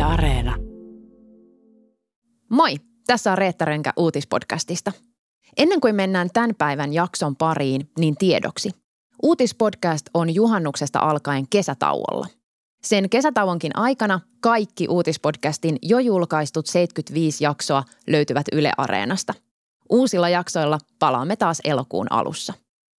Areena. Moi, tässä on Reetta Rönkä Uutispodcastista. Ennen kuin mennään tämän päivän jakson pariin, niin tiedoksi. Uutispodcast on juhannuksesta alkaen kesätauolla. Sen kesätauonkin aikana kaikki Uutispodcastin jo julkaistut 75 jaksoa löytyvät Yle Areenasta. Uusilla jaksoilla palaamme taas elokuun alussa.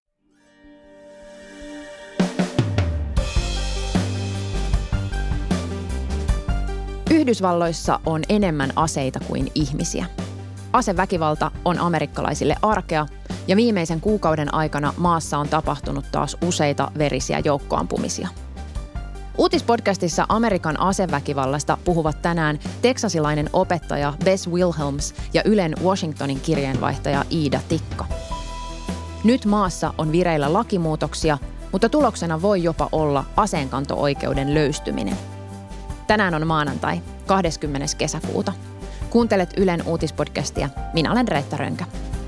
Yhdysvalloissa on enemmän aseita kuin ihmisiä. Aseväkivalta on amerikkalaisille arkea ja viimeisen kuukauden aikana maassa on tapahtunut taas useita verisiä joukkoampumisia. Uutispodcastissa Amerikan aseväkivallasta puhuvat tänään teksasilainen opettaja Bess Wilhelms ja Ylen Washingtonin kirjeenvaihtaja Iida Tikka. Nyt maassa on vireillä lakimuutoksia, mutta tuloksena voi jopa olla aseenkanto-oikeuden löystyminen. Tänään on maanantai, 20. kesäkuuta. Kuuntelet Ylen uutispodcastia. Minä olen Reetta Rönkä.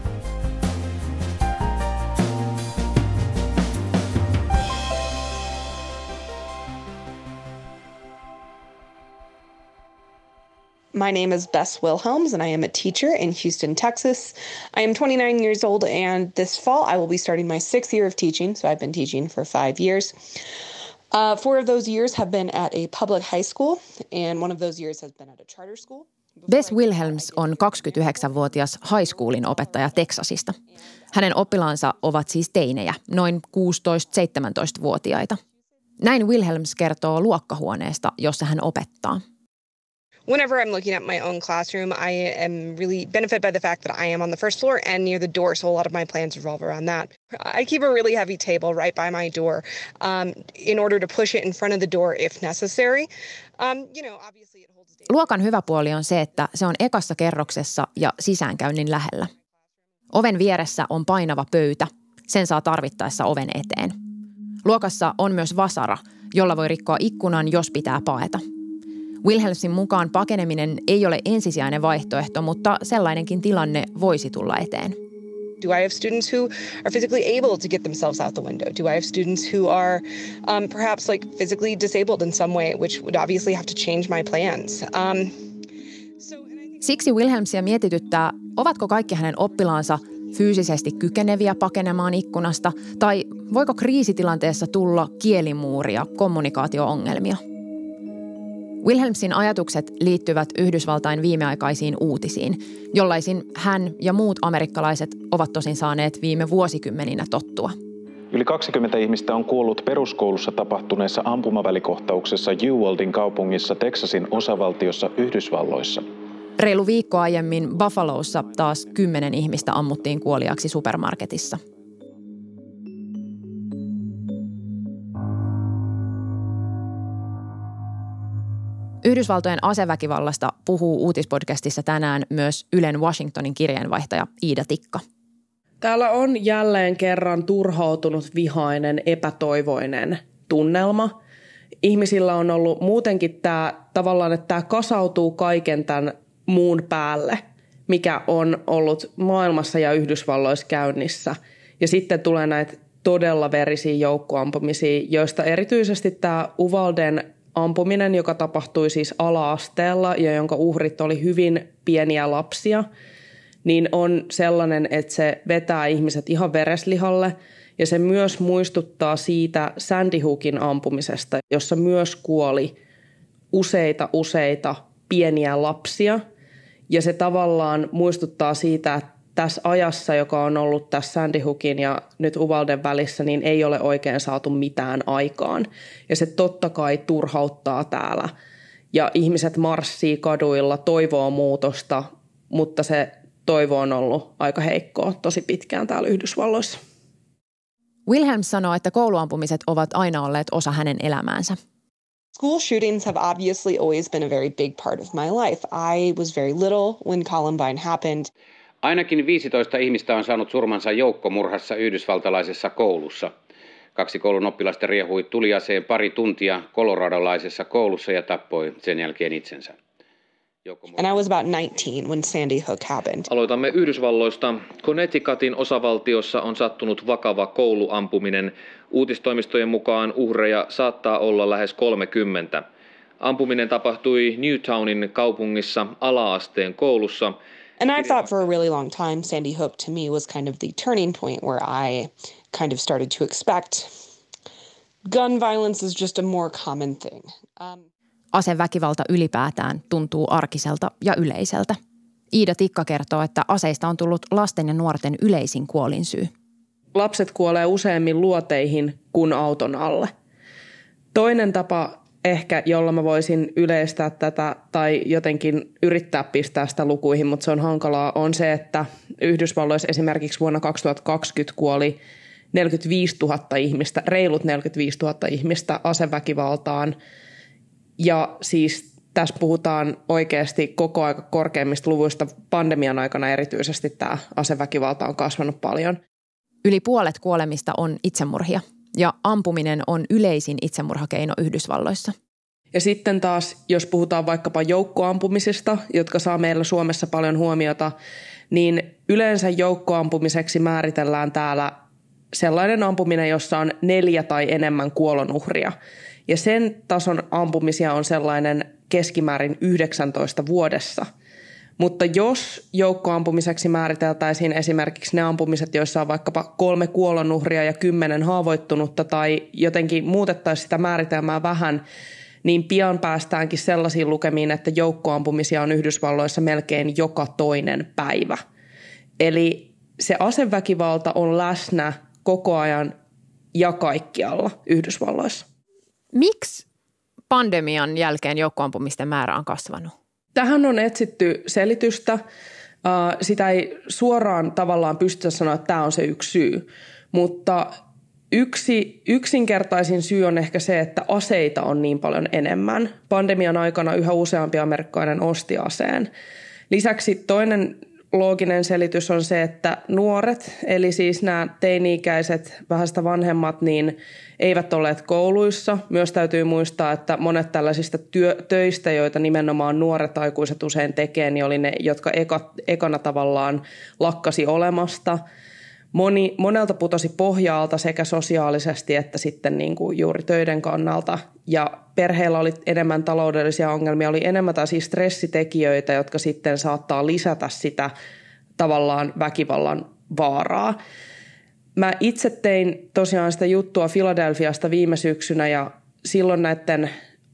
My name is Bess Wilhelms, and I am a teacher in Houston, Texas. I am 29 years old, and this fall I will be starting my 6th year of teaching, so I've been teaching for 5 years. 4 of those years have been at a public high school, and one of those years has been at a charter school. Bess Wilhelms on 29-vuotias high schoolin opettaja Teksasista. Hänen oppilaansa ovat siis teinejä, noin 16-17-vuotiaita. Näin Wilhelms kertoo luokkahuoneesta, jossa hän opettaa. Whenever I'm looking at my own classroom, I am really benefited by the fact that I am on the first floor and near the door, so a lot of my plans revolve around that. I keep a really heavy table right by my door in order to push it in front of the door if necessary. Obviously it holds Luokan hyvä puoli on se, että se on ekassa kerroksessa ja sisäänkäynnin lähellä. Oven vieressä on painava pöytä. Sen saa tarvittaessa oven eteen. Luokassa on myös vasara, jolla voi rikkoa ikkunan, jos pitää paeta. Wilhelmsin mukaan pakeneminen ei ole ensisijainen vaihtoehto, mutta sellainenkin tilanne voisi tulla eteen. Do I have students who are physically able to get themselves out the window? Do I have students who are perhaps physically disabled in some way, which would obviously have to change my plans? Siksi Wilhelmsia mietityttää, ovatko kaikki hänen oppilaansa fyysisesti kykeneviä pakenemaan ikkunasta, tai voiko kriisitilanteessa tulla kielimuuria, kommunikaatio-ongelmia? Wilhelmsin ajatukset liittyvät Yhdysvaltain viimeaikaisiin uutisiin, jollaisin hän ja muut amerikkalaiset ovat tosin saaneet viime vuosikymmeninä tottua. Yli 20 ihmistä on kuollut peruskoulussa tapahtuneessa ampumavälikohtauksessa Uwaldin kaupungissa Teksasin osavaltiossa Yhdysvalloissa. Reilu viikko aiemmin Buffalossa taas 10 ihmistä ammuttiin kuoliaaksi supermarketissa. Yhdysvaltojen aseväkivallasta puhuu uutispodcastissa tänään myös Ylen Washingtonin kirjeenvaihtaja Iida Tikka. Täällä on jälleen kerran turhautunut, vihainen, epätoivoinen tunnelma. Ihmisillä on ollut muutenkin tavallaan, että tämä kasautuu kaiken tämän muun päälle, mikä on ollut maailmassa ja Yhdysvalloissa käynnissä. Ja sitten tulee näitä todella verisiä joukkoampumisia, joista erityisesti tämä Uvalden ampuminen, joka tapahtui siis ala-asteella ja jonka uhrit oli hyvin pieniä lapsia, niin on sellainen, että se vetää ihmiset ihan vereslihalle. Ja se myös muistuttaa siitä Sandy Hookin ampumisesta, jossa myös kuoli useita pieniä lapsia. Ja se tavallaan muistuttaa siitä, että tässä ajassa, joka on ollut tässä Sandy Hookin ja nyt Uvalden välissä, niin ei ole oikein saatu mitään aikaan. Ja se totta kai turhauttaa täällä. Ja ihmiset marssii kaduilla, toivoo muutosta, mutta se toivo on ollut aika heikkoa tosi pitkään täällä Yhdysvalloissa. Wilhelms sanoo, että kouluampumiset ovat aina olleet osa hänen elämäänsä. School shootings have obviously always been a very big part of my life. I was very little when Columbine happened. Ainakin 15 ihmistä on saanut surmansa joukkomurhassa yhdysvaltalaisessa koulussa. 2 koulun oppilasta riehui tuliaseen pari tuntia koloradolaisessa koulussa ja tappoi sen jälkeen itsensä. And I was about 19 when Sandy Hook happened. Aloitamme Yhdysvalloista. Connecticutin osavaltiossa on sattunut vakava kouluampuminen. Uutistoimistojen mukaan uhreja saattaa olla lähes 30. Ampuminen tapahtui Newtownin kaupungissa ala-asteen koulussa. And I thought for a really long time Sandy Hook to me was kind of the turning point where I kind of started to expect gun violence is just a more common thing. Aseväkivalta ylipäätään tuntuu arkiselta ja yleiseltä. Iida Tikka kertoo, että aseista on tullut lasten ja nuorten yleisin kuolinsyy. Lapset kuolee useammin luoteihin kuin auton alle. Toinen tapa ehkä, jolla mä voisin yleistää tätä tai jotenkin yrittää pistää sitä lukuihin, mutta se on hankalaa, on se, että Yhdysvalloissa esimerkiksi vuonna 2020 kuoli 45 000 ihmistä, reilut 45 000 ihmistä aseväkivaltaan. Ja siis tässä puhutaan oikeasti koko aika korkeimmista luvuista. Pandemian aikana erityisesti tämä aseväkivalta on kasvanut paljon. Yli puolet kuolemista on itsemurhia ja ampuminen on yleisin itsemurhakeino Yhdysvalloissa. Ja sitten taas, jos puhutaan vaikkapa joukkoampumisista, jotka saa meillä Suomessa paljon huomiota, niin yleensä joukkoampumiseksi määritellään täällä sellainen ampuminen, jossa on 4 tai enemmän kuolonuhria. Ja sen tason ampumisia on sellainen keskimäärin 19 vuodessa. Mutta jos joukkoampumiseksi määriteltäisiin esimerkiksi ne ampumiset, joissa on vaikkapa 3 kuolonuhria ja 10 haavoittunutta tai jotenkin muutettaisiin sitä määritelmää vähän, niin pian päästäänkin sellaisiin lukemiin, että joukkoampumisia on Yhdysvalloissa melkein joka toinen päivä. Eli se aseväkivalta on läsnä koko ajan ja kaikkialla Yhdysvalloissa. Miksi pandemian jälkeen joukkoampumisten määrä on kasvanut? Tähän on etsitty selitystä. Sitä ei suoraan tavallaan pystytä sanoa, että tämä on se yksi syy. Mutta yksinkertaisin syy on ehkä se, että aseita on niin paljon enemmän. Pandemian aikana yhä useampi amerikkalainen osti aseen. Lisäksi toinen looginen selitys on se, että nuoret, eli siis nämä teini-ikäiset, vähän sitä vanhemmat, niin eivät olleet kouluissa. Myös täytyy muistaa, että monet tällaisista töistä, joita nimenomaan nuoret aikuiset usein tekee, niin oli ne, jotka ekana tavallaan lakkasi olemasta. Monelta putosi pohjaalta sekä sosiaalisesti että sitten niin kuin juuri töiden kannalta. Ja perheillä oli enemmän taloudellisia ongelmia, oli enemmän siis stressitekijöitä, jotka sitten saattaa lisätä sitä tavallaan väkivallan vaaraa. Mä itse tein tosiaan sitä juttua Philadelphiasta viime syksynä ja silloin näiden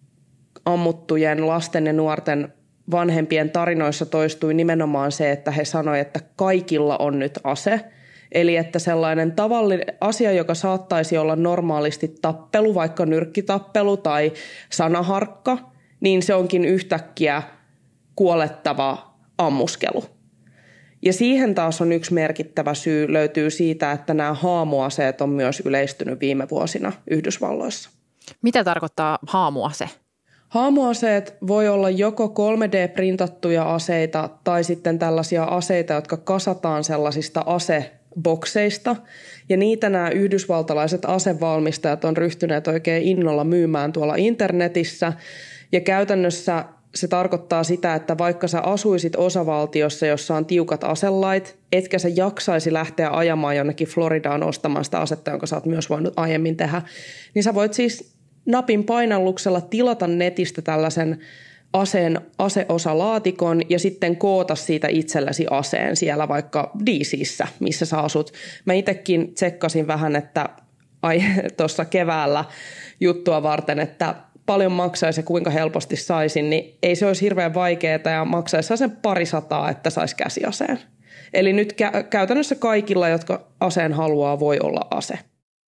ammuttujen lasten ja nuorten vanhempien tarinoissa toistui nimenomaan se, että he sanoivat, että kaikilla on nyt ase. Eli että sellainen tavallinen asia, joka saattaisi olla normaalisti tappelu, vaikka nyrkkitappelu tai sanaharkka, niin se onkin yhtäkkiä kuolettava ammuskelu. Ja siihen taas on yksi merkittävä syy, löytyy siitä, että nämä haamuaseet on myös yleistynyt viime vuosina Yhdysvalloissa. Mitä tarkoittaa haamuase? Haamuaseet voi olla joko 3D-printattuja aseita tai sitten tällaisia aseita, jotka kasataan sellaisista asebokseista. Ja niitä nämä yhdysvaltalaiset asevalmistajat on ryhtyneet oikein innolla myymään tuolla internetissä. Ja käytännössä se tarkoittaa sitä, että vaikka sä asuisit osavaltiossa, jossa on tiukat aselait, etkä sä jaksaisi lähteä ajamaan jonnekin Floridaan ostamaan sitä asetta, jonka sä oot myös voinut aiemmin tehdä, niin sä voit siis napin painalluksella tilata netistä tällaisen aseosalaatikon ja sitten koota siitä itsellesi aseen siellä vaikka DC:ssä, missä sä asut. Mä itsekin tsekkasin vähän, että tuossa keväällä juttua varten, että paljon maksaisi ja kuinka helposti saisin, niin ei se olisi hirveän vaikeaa ja maksaisi sen 200, että saisi käsiaseen. Eli nyt käytännössä kaikilla, jotka aseen haluaa, voi olla ase.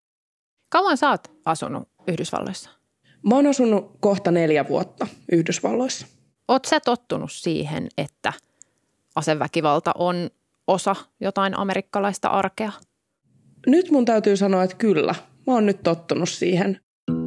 Kauan sä oot asunut Yhdysvalloissa? Mä oon asunut kohta 4 vuotta Yhdysvalloissa. Oot sä tottunut siihen, että aseväkivalta on osa jotain amerikkalaista arkea? Nyt mun täytyy sanoa, että kyllä. Mä oon nyt tottunut siihen.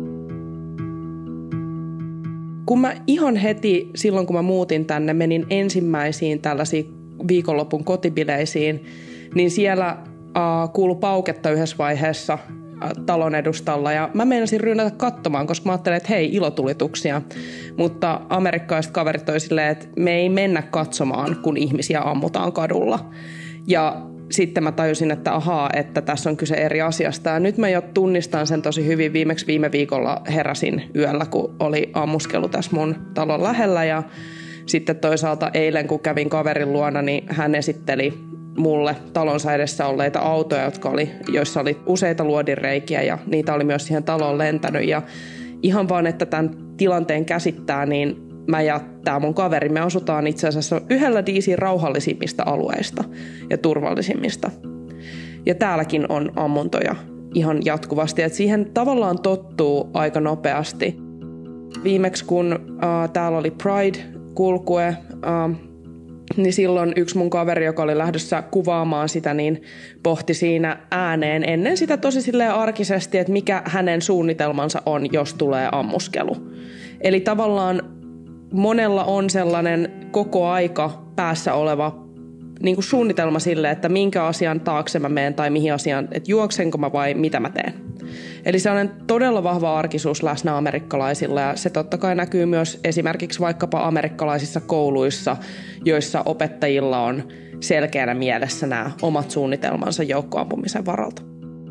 Kun mä ihan heti silloin, kun mä muutin tänne, menin ensimmäisiin tällaisiin viikonlopun kotibileisiin, niin siellä kuului pauketta yhdessä vaiheessa talon edustalla ja mä meinasin rynnätä katsomaan, koska mä ajattelin, että hei, ilotulituksia. Mutta amerikkalaiset kaverit toi silleen, että me ei mennä katsomaan, kun ihmisiä ammutaan kadulla. Ja sitten mä tajusin, että ahaa, että tässä on kyse eri asiasta. Ja nyt mä jo tunnistan sen tosi hyvin. Viimeksi viime viikolla heräsin yöllä, kun oli ammuskelu tässä mun talon lähellä. Ja sitten toisaalta eilen, kun kävin kaverin luona, niin hän esitteli mulle talonsa edessä olleita autoja, joissa oli useita luodinreikiä ja niitä oli myös siihen taloon lentänyt. Ja ihan vaan, että tämän tilanteen käsittää, niin mä ja tämä mun kaveri, me asutaan itse asiassa yhdellä DC:n rauhallisimmista alueista ja turvallisimmista. Ja täälläkin on ammuntoja ihan jatkuvasti, että siihen tavallaan tottuu aika nopeasti. Viimeksi kun täällä oli Pride-kulkue, niin silloin yksi mun kaveri, joka oli lähdössä kuvaamaan sitä, niin pohti siinä ääneen ennen sitä tosi silleen arkisesti, että mikä hänen suunnitelmansa on, jos tulee ammuskelu. Eli tavallaan monella on sellainen koko aika päässä oleva niin kuin suunnitelma sille, että minkä asian taakse mä menen tai mihin asiaan, että juoksenko mä vai mitä mä teen. Eli se on todella vahva arkisuus läsnä amerikkalaisilla ja se totta kai näkyy myös esimerkiksi vaikkapa amerikkalaisissa kouluissa, joissa opettajilla on selkeänä mielessä nämä omat suunnitelmansa joukkoampumisen varalta.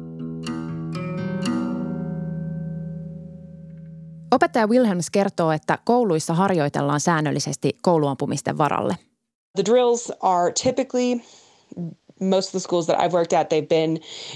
Opettaja Wilhelms kertoo, että kouluissa harjoitellaan säännöllisesti kouluampumisten varalle. The drills are typically, most of the schools that I've worked at, they've been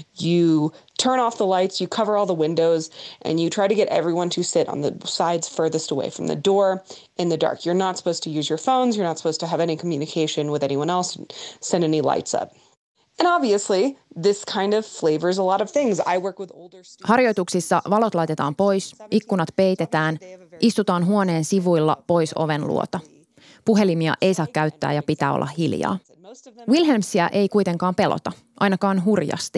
you turn off the lights, you cover all the windows, and you try to get everyone to sit on the sides furthest away from the door in the dark. You're not supposed to use your phones. You're not supposed to have any communication with anyone else, send any lights up. And obviously, this kind of flavors a lot of things. I work with older students. Harjoituksissa valot laitetaan pois, ikkunat peitetään, istutaan huoneen sivuilla pois oven luota. Puhelimia ei saa käyttää ja pitää olla hiljaa. Wilhelmsia ei kuitenkaan pelota, ainakaan hurjasti.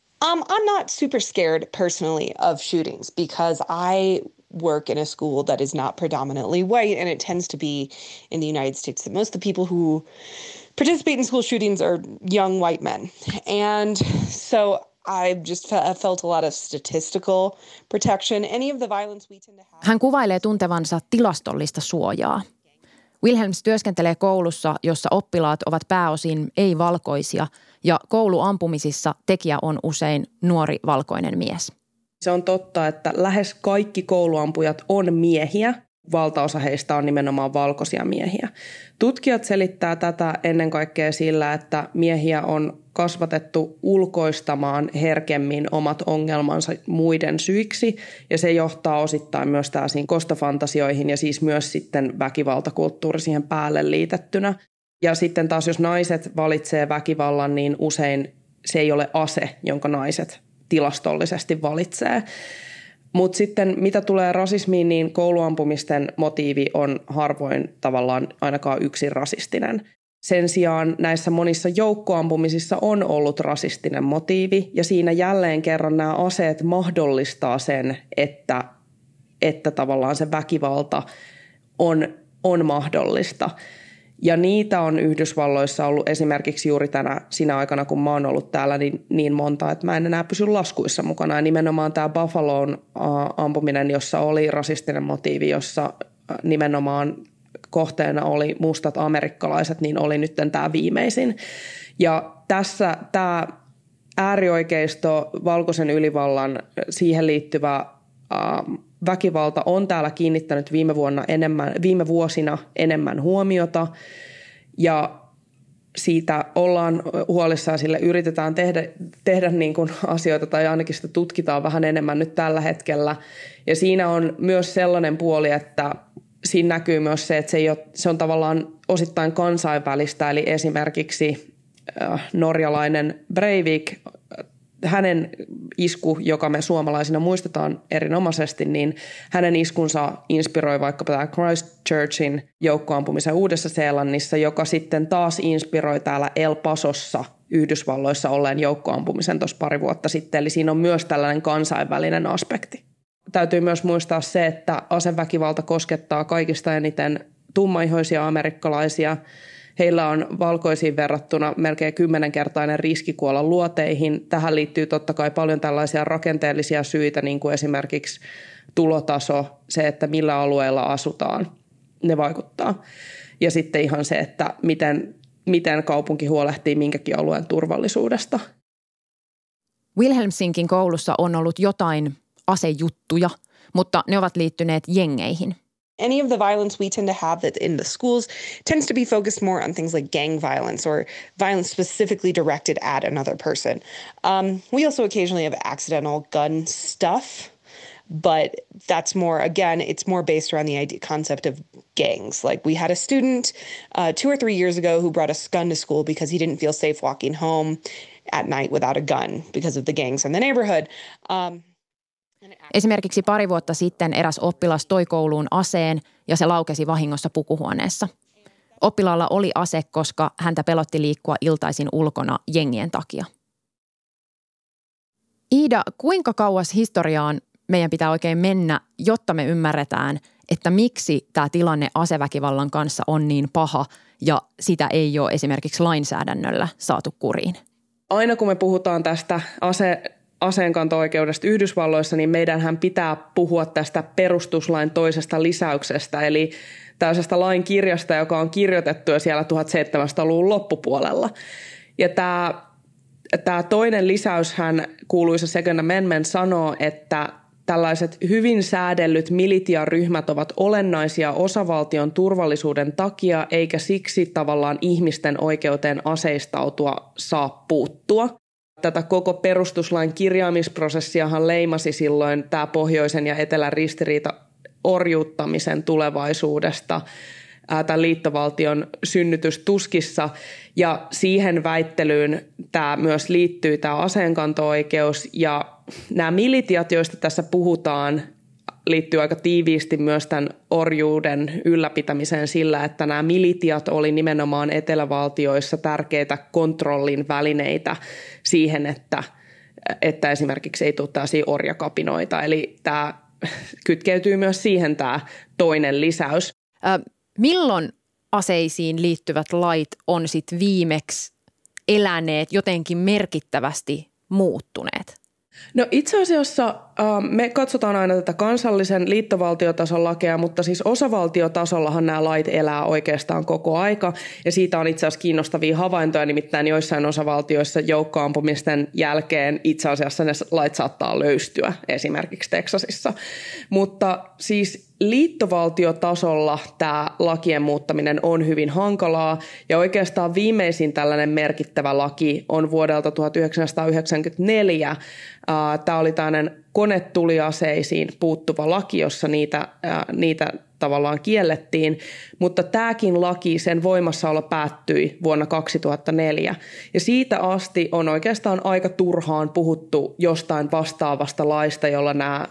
I'm not super scared personally of shootings because I work in a school that is not predominantly white, and it tends to be in the United States that most of the people who participate in school shootings are young white men. And so I just felt a lot of statistical protection. Any of the violence we tend to have. Hän kuvailee tuntevansa tilastollista suojaa. Wilhelms työskentelee koulussa, jossa oppilaat ovat pääosin ei-valkoisia ja kouluampumisissa tekijä on usein nuori valkoinen mies. Se on totta, että lähes kaikki kouluampujat on miehiä. Valtaosa heistä on nimenomaan valkoisia miehiä. Tutkijat selittää tätä ennen kaikkea sillä, että miehiä on kasvatettu ulkoistamaan herkemmin omat ongelmansa muiden syiksi, ja se johtaa osittain myös tällaisiin kostofantasioihin ja siis myös sitten väkivaltakulttuuri siihen päälle liitettynä. Ja sitten taas jos naiset valitsee väkivallan, niin usein se ei ole ase, jonka naiset tilastollisesti valitsee. Mutta sitten mitä tulee rasismiin, niin kouluampumisten motiivi on harvoin tavallaan ainakaan yksin rasistinen. Sen sijaan näissä monissa joukkoampumisissa on ollut rasistinen motiivi ja siinä jälleen kerran nämä aseet mahdollistaa sen, että tavallaan se väkivalta on mahdollista. Ja niitä on Yhdysvalloissa ollut esimerkiksi juuri sinä aikana, kun mä oon ollut täällä niin monta, että mä en enää pysy laskuissa mukana. Ja nimenomaan tämä Buffaloon ampuminen, jossa oli rasistinen motiivi, jossa nimenomaan kohteena oli mustat amerikkalaiset, niin oli nyt tämä viimeisin. Ja tässä tämä äärioikeisto, valkoisen ylivallan, siihen liittyvä väkivalta on täällä kiinnittänyt viime vuosina enemmän huomiota ja siitä ollaan huolissaan, sille yritetään tehdä niin kuin asioita tai ainakin sitä tutkitaan vähän enemmän nyt tällä hetkellä. Ja siinä on myös sellainen puoli, että siinä näkyy myös se, että se on tavallaan osittain kansainvälistä, eli esimerkiksi norjalainen Breivik, hänen isku, joka me suomalaisina muistetaan erinomaisesti, niin hänen iskunsa inspiroi vaikkapa tämä Christchurchin joukkoampumisen Uudessa-Seelannissa, joka sitten taas inspiroi täällä El Pasossa Yhdysvalloissa olleen joukkoampumisen tuossa pari vuotta sitten. Eli siinä on myös tällainen kansainvälinen aspekti. Täytyy myös muistaa se, että aseväkivalta koskettaa kaikista eniten tummaihoisia amerikkalaisia. Heillä on valkoisiin verrattuna melkein 10-kertainen riski kuolla luoteihin. Tähän liittyy totta kai paljon tällaisia rakenteellisia syitä, niin kuin esimerkiksi tulotaso, se, että millä alueella asutaan, ne vaikuttaa. Ja sitten ihan se, että miten miten kaupunki huolehtii minkäkin alueen turvallisuudesta. Wilhelmsinkin koulussa on ollut jotain asejuttuja, mutta ne ovat liittyneet jengeihin. Any of the violence we tend to have that in the schools tends to be focused more on things like gang violence or violence specifically directed at another person. We also occasionally have accidental gun stuff, but that's more, again, it's more based around the concept of gangs. Like we had a student 2 or 3 years ago who brought a gun to school because he didn't feel safe walking home at night without a gun because of the gangs in the neighborhood. Esimerkiksi 2 vuotta sitten eräs oppilas toi kouluun aseen ja se laukesi vahingossa pukuhuoneessa. Oppilaalla oli ase, koska häntä pelotti liikkua iltaisin ulkona jengien takia. Iida, kuinka kauas historiaan meidän pitää oikein mennä, jotta me ymmärretään, että miksi tämä tilanne aseväkivallan kanssa on niin paha ja sitä ei ole esimerkiksi lainsäädännöllä saatu kuriin? Aina kun me puhutaan tästä aseenkanto-oikeudesta Yhdysvalloissa, niin meidänhän pitää puhua tästä perustuslain toisesta lisäyksestä, eli tällaisesta lain kirjasta, joka on kirjoitettu jo siellä 1700-luvun loppupuolella. Ja tämä toinen lisäyshän, kuuluisa Second Amendment, sanoo, että tällaiset hyvin säädellyt militiaryhmät ovat olennaisia osavaltion turvallisuuden takia, eikä siksi tavallaan ihmisten oikeuteen aseistautua saa puuttua. Tätä koko perustuslain kirjaamisprosessiahan leimasi silloin tämä pohjoisen ja etelän ristiriita orjuuttamisen tulevaisuudesta tämän liittovaltion synnytystuskissa. Ja siihen väittelyyn tämä myös liittyy, tämä aseenkanto-oikeus. Ja nämä militiat, joista tässä puhutaan, liittyy aika tiiviisti myös tämän orjuuden ylläpitämiseen sillä, että nämä militiat oli nimenomaan etelävaltioissa tärkeitä kontrollin välineitä siihen, että esimerkiksi ei tule tällaisia orjakapinoita. Eli tämä kytkeytyy myös siihen tämä toinen lisäys. Milloin aseisiin liittyvät lait on sitten viimeksi eläneet, jotenkin merkittävästi muuttuneet? No itse asiassa me katsotaan aina tätä kansallisen liittovaltiotason lakeja, mutta siis osavaltiotasollahan nämä lait elää oikeastaan koko aika. Ja siitä on itse asiassa kiinnostavia havaintoja, nimittäin joissain osavaltioissa joukkoampumisten jälkeen itse asiassa ne lait saattaa löystyä, esimerkiksi Teksasissa. Mutta siis liittovaltiotasolla tämä lakien muuttaminen on hyvin hankalaa ja oikeastaan viimeisin tällainen merkittävä laki on vuodelta 1994. Tämä oli tällainen konetuliaseisiin puuttuva laki, jossa niitä tavallaan kiellettiin, mutta tämäkin laki, sen voimassaolo päättyi vuonna 2004. Ja siitä asti on oikeastaan aika turhaan puhuttu jostain vastaavasta laista, jolla nämä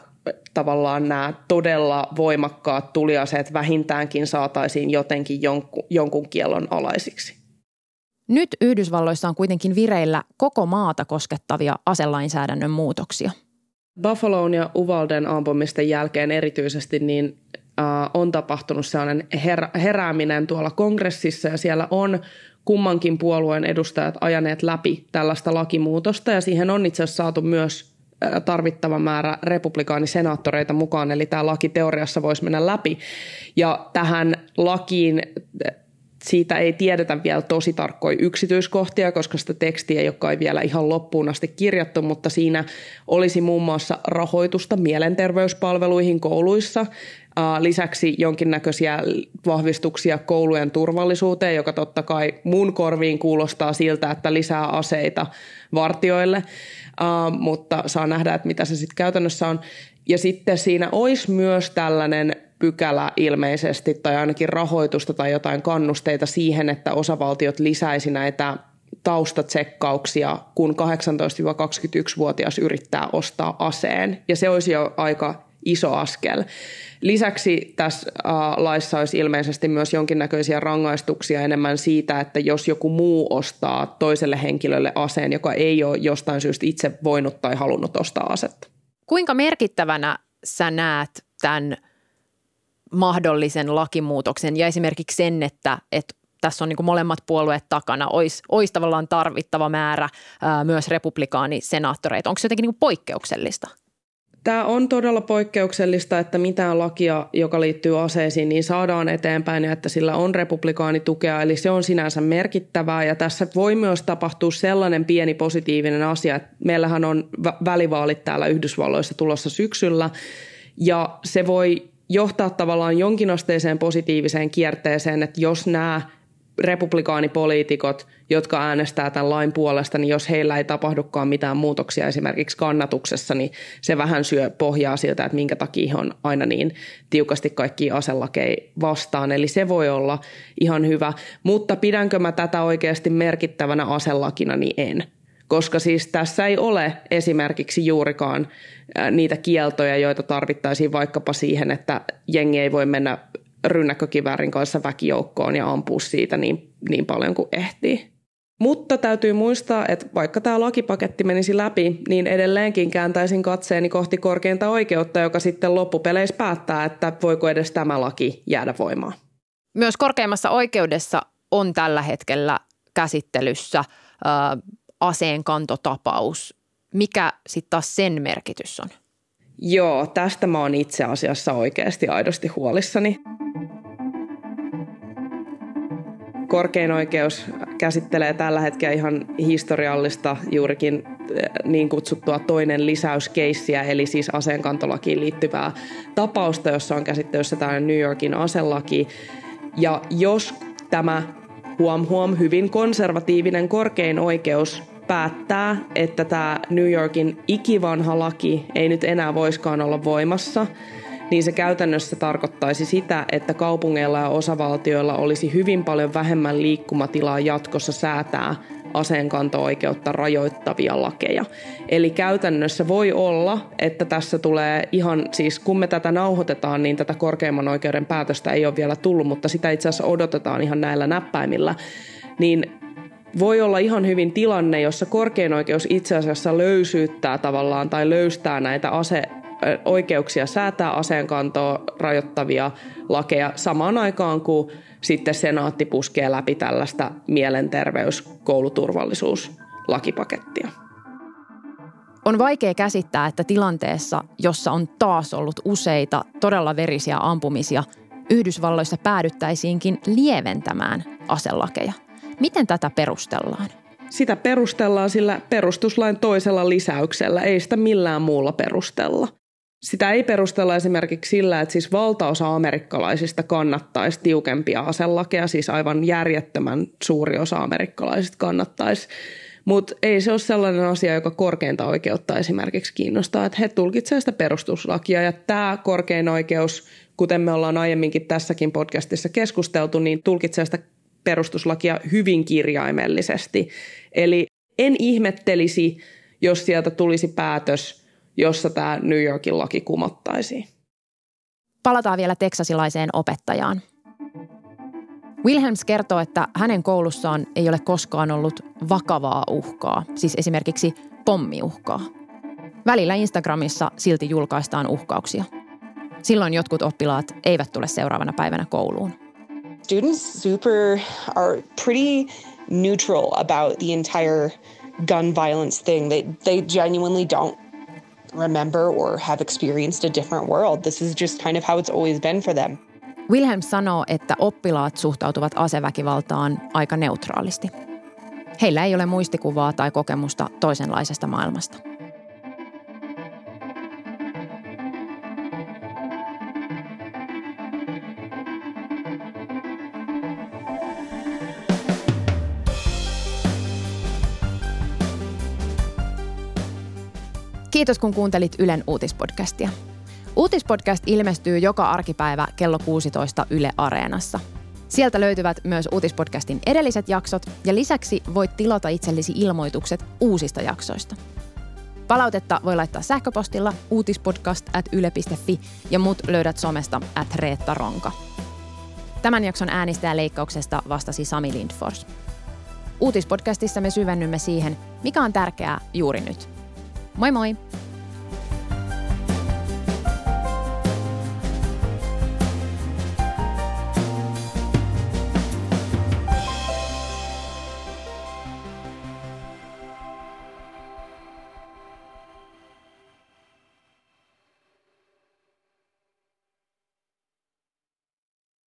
todella voimakkaat tuliaseet vähintäänkin saataisiin jotenkin jonkun kiellon alaisiksi. Nyt Yhdysvalloissa on kuitenkin vireillä koko maata koskettavia aselainsäädännön muutoksia. Buffalon ja Uvalden ampumisten jälkeen erityisesti niin on tapahtunut sellainen herääminen tuolla kongressissa ja siellä on kummankin puolueen edustajat ajaneet läpi tällaista lakimuutosta ja siihen on itse asiassa saatu myös tarvittava määrä republikaanisenaattoreita mukaan, eli tämä laki teoriassa voisi mennä läpi. Ja tähän lakiin siitä ei tiedetä vielä tosi tarkkoja yksityiskohtia, koska sitä tekstiä ei ole vielä ihan loppuun asti kirjattu, mutta siinä olisi muun muassa rahoitusta mielenterveyspalveluihin kouluissa, lisäksi jonkinnäköisiä vahvistuksia koulujen turvallisuuteen, joka totta kai mun korviin kuulostaa siltä, että lisää aseita vartijoille, mutta saa nähdä, että mitä se sitten käytännössä on. Ja sitten siinä olisi myös tällainen pykälä ilmeisesti tai ainakin rahoitusta tai jotain kannusteita siihen, että osavaltiot lisäisi näitä taustatsekkauksia, kun 18-21-vuotias yrittää ostaa aseen. Ja se olisi jo aika iso askel. Lisäksi tässä laissa olisi ilmeisesti myös jonkinnäköisiä rangaistuksia enemmän siitä, että jos joku muu ostaa toiselle henkilölle aseen, joka ei ole jostain syystä itse voinut tai halunnut ostaa asetta. Kuinka merkittävänä sä näet tämän mahdollisen lakimuutoksen ja esimerkiksi sen, että tässä on niin kuin molemmat puolueet takana, olisi tavallaan tarvittava määrä myös republikaanisenaattoreita. Onko se jotenkin niin kuin poikkeuksellista? Tämä on todella poikkeuksellista, että mitään lakia, joka liittyy aseisiin, niin saadaan eteenpäin ja että sillä on republikaanitukea, eli se on sinänsä merkittävää. Ja tässä voi myös tapahtua sellainen pieni positiivinen asia, että meillähän on välivaalit täällä Yhdysvalloissa tulossa syksyllä, ja se voi johtaa tavallaan jonkinasteiseen positiiviseen kierteeseen, että jos nämä republikaanipoliitikot, jotka äänestää tämän lain puolesta, niin jos heillä ei tapahdukaan mitään muutoksia esimerkiksi kannatuksessa, niin se vähän syö pohjaa siltä, että minkä takia he on aina niin tiukasti kaikkia aselakeja vastaan. Eli se voi olla ihan hyvä, mutta pidänkö mä tätä oikeasti merkittävänä aselakina, niin en. Koska siis tässä ei ole esimerkiksi juurikaan niitä kieltoja, joita tarvittaisiin vaikkapa siihen, että jengi ei voi mennä rynnäkkökiväärin kanssa väkijoukkoon ja ampua siitä niin paljon kuin ehtii. Mutta täytyy muistaa, että vaikka tämä lakipaketti menisi läpi, niin edelleenkin kääntäisin katseeni kohti korkeinta oikeutta, joka sitten loppupeleissä päättää, että voiko edes tämä laki jäädä voimaan. Myös korkeimmassa oikeudessa on tällä hetkellä käsittelyssä aseenkantotapaus. Mikä sitten taas sen merkitys on? Joo, tästä mä oon itse asiassa oikeasti aidosti huolissani. Korkein oikeus käsittelee tällä hetkellä ihan historiallista juurikin niin kutsuttua toinen lisäyskeissiä, eli siis aseenkantolakiin liittyvää tapausta, jossa on käsittelyssä tämä New Yorkin aselaki. Ja jos tämä hyvin konservatiivinen korkein oikeus päättää, että tämä New Yorkin ikivanha laki ei nyt enää voiskaan olla voimassa, niin se käytännössä tarkoittaisi sitä, että kaupungeilla ja osavaltioilla olisi hyvin paljon vähemmän liikkumatilaa jatkossa säätää aseenkanto-oikeutta rajoittavia lakeja. Eli käytännössä voi olla, että tässä tulee ihan, siis kun me tätä nauhoitetaan, niin tätä korkeimman oikeuden päätöstä ei ole vielä tullut, mutta sitä itse asiassa odotetaan ihan näillä näppäimillä, niin voi olla ihan hyvin tilanne, jossa korkein oikeus itse asiassa löysyyttää tavallaan tai löystää näitä oikeuksia säätää aseenkantoa rajoittavia lakeja samaan aikaan, kun sitten senaatti puskee läpi tällaista mielenterveyskouluturvallisuuslakipakettia. On vaikea käsittää, että tilanteessa, jossa on taas ollut useita todella verisiä ampumisia, Yhdysvalloissa päädyttäisiinkin lieventämään aselakeja. Miten tätä perustellaan? Sitä perustellaan sillä perustuslain toisella lisäyksellä, ei sitä millään muulla perustella. Sitä ei perustella esimerkiksi sillä, että siis valtaosa amerikkalaisista kannattaisi tiukempia aselakeja, siis aivan järjettömän suuri osa amerikkalaisista kannattaisi. Mutta ei se ole sellainen asia, joka korkeinta oikeutta esimerkiksi kiinnostaa, että he tulkitsevat sitä perustuslakia. Ja tämä korkein oikeus, kuten me ollaan aiemminkin tässäkin podcastissa keskusteltu, niin tulkitsee sitä perustuslakia hyvin kirjaimellisesti. Eli en ihmettelisi, jos sieltä tulisi päätös, jossa tämä New Yorkin laki kumottaisiin. Palataan vielä teksasilaiseen opettajaan. Wilhelms kertoo, että hänen koulussaan ei ole koskaan ollut vakavaa uhkaa, siis esimerkiksi pommiuhkaa. Välillä Instagramissa silti julkaistaan uhkauksia. Silloin jotkut oppilaat eivät tule seuraavana päivänä kouluun. Students are pretty neutral about the entire gun violence thing. They genuinely don't remember or have experienced a different world. This is just kind of how it's always been for them. Wilhelm sanoo, että oppilaat suhtautuvat aseväkivaltaan aika neutraalisti. Heillä ei ole muistikuvaa tai kokemusta toisenlaisesta maailmasta. Kiitos kun kuuntelit Ylen uutispodcastia. Uutispodcast ilmestyy joka arkipäivä kello 16 Yle Areenassa. Sieltä löytyvät myös uutispodcastin edelliset jaksot ja lisäksi voit tilata itsellesi ilmoitukset uusista jaksoista. Palautetta voi laittaa sähköpostilla uutispodcast@yle.fi ja mut löydät somesta @reettaronka. Tämän jakson äänistäjäleikkauksesta vastasi Sami Lindfors. Uutispodcastissa me syvennymme siihen, mikä on tärkeää juuri nyt. Moi moi!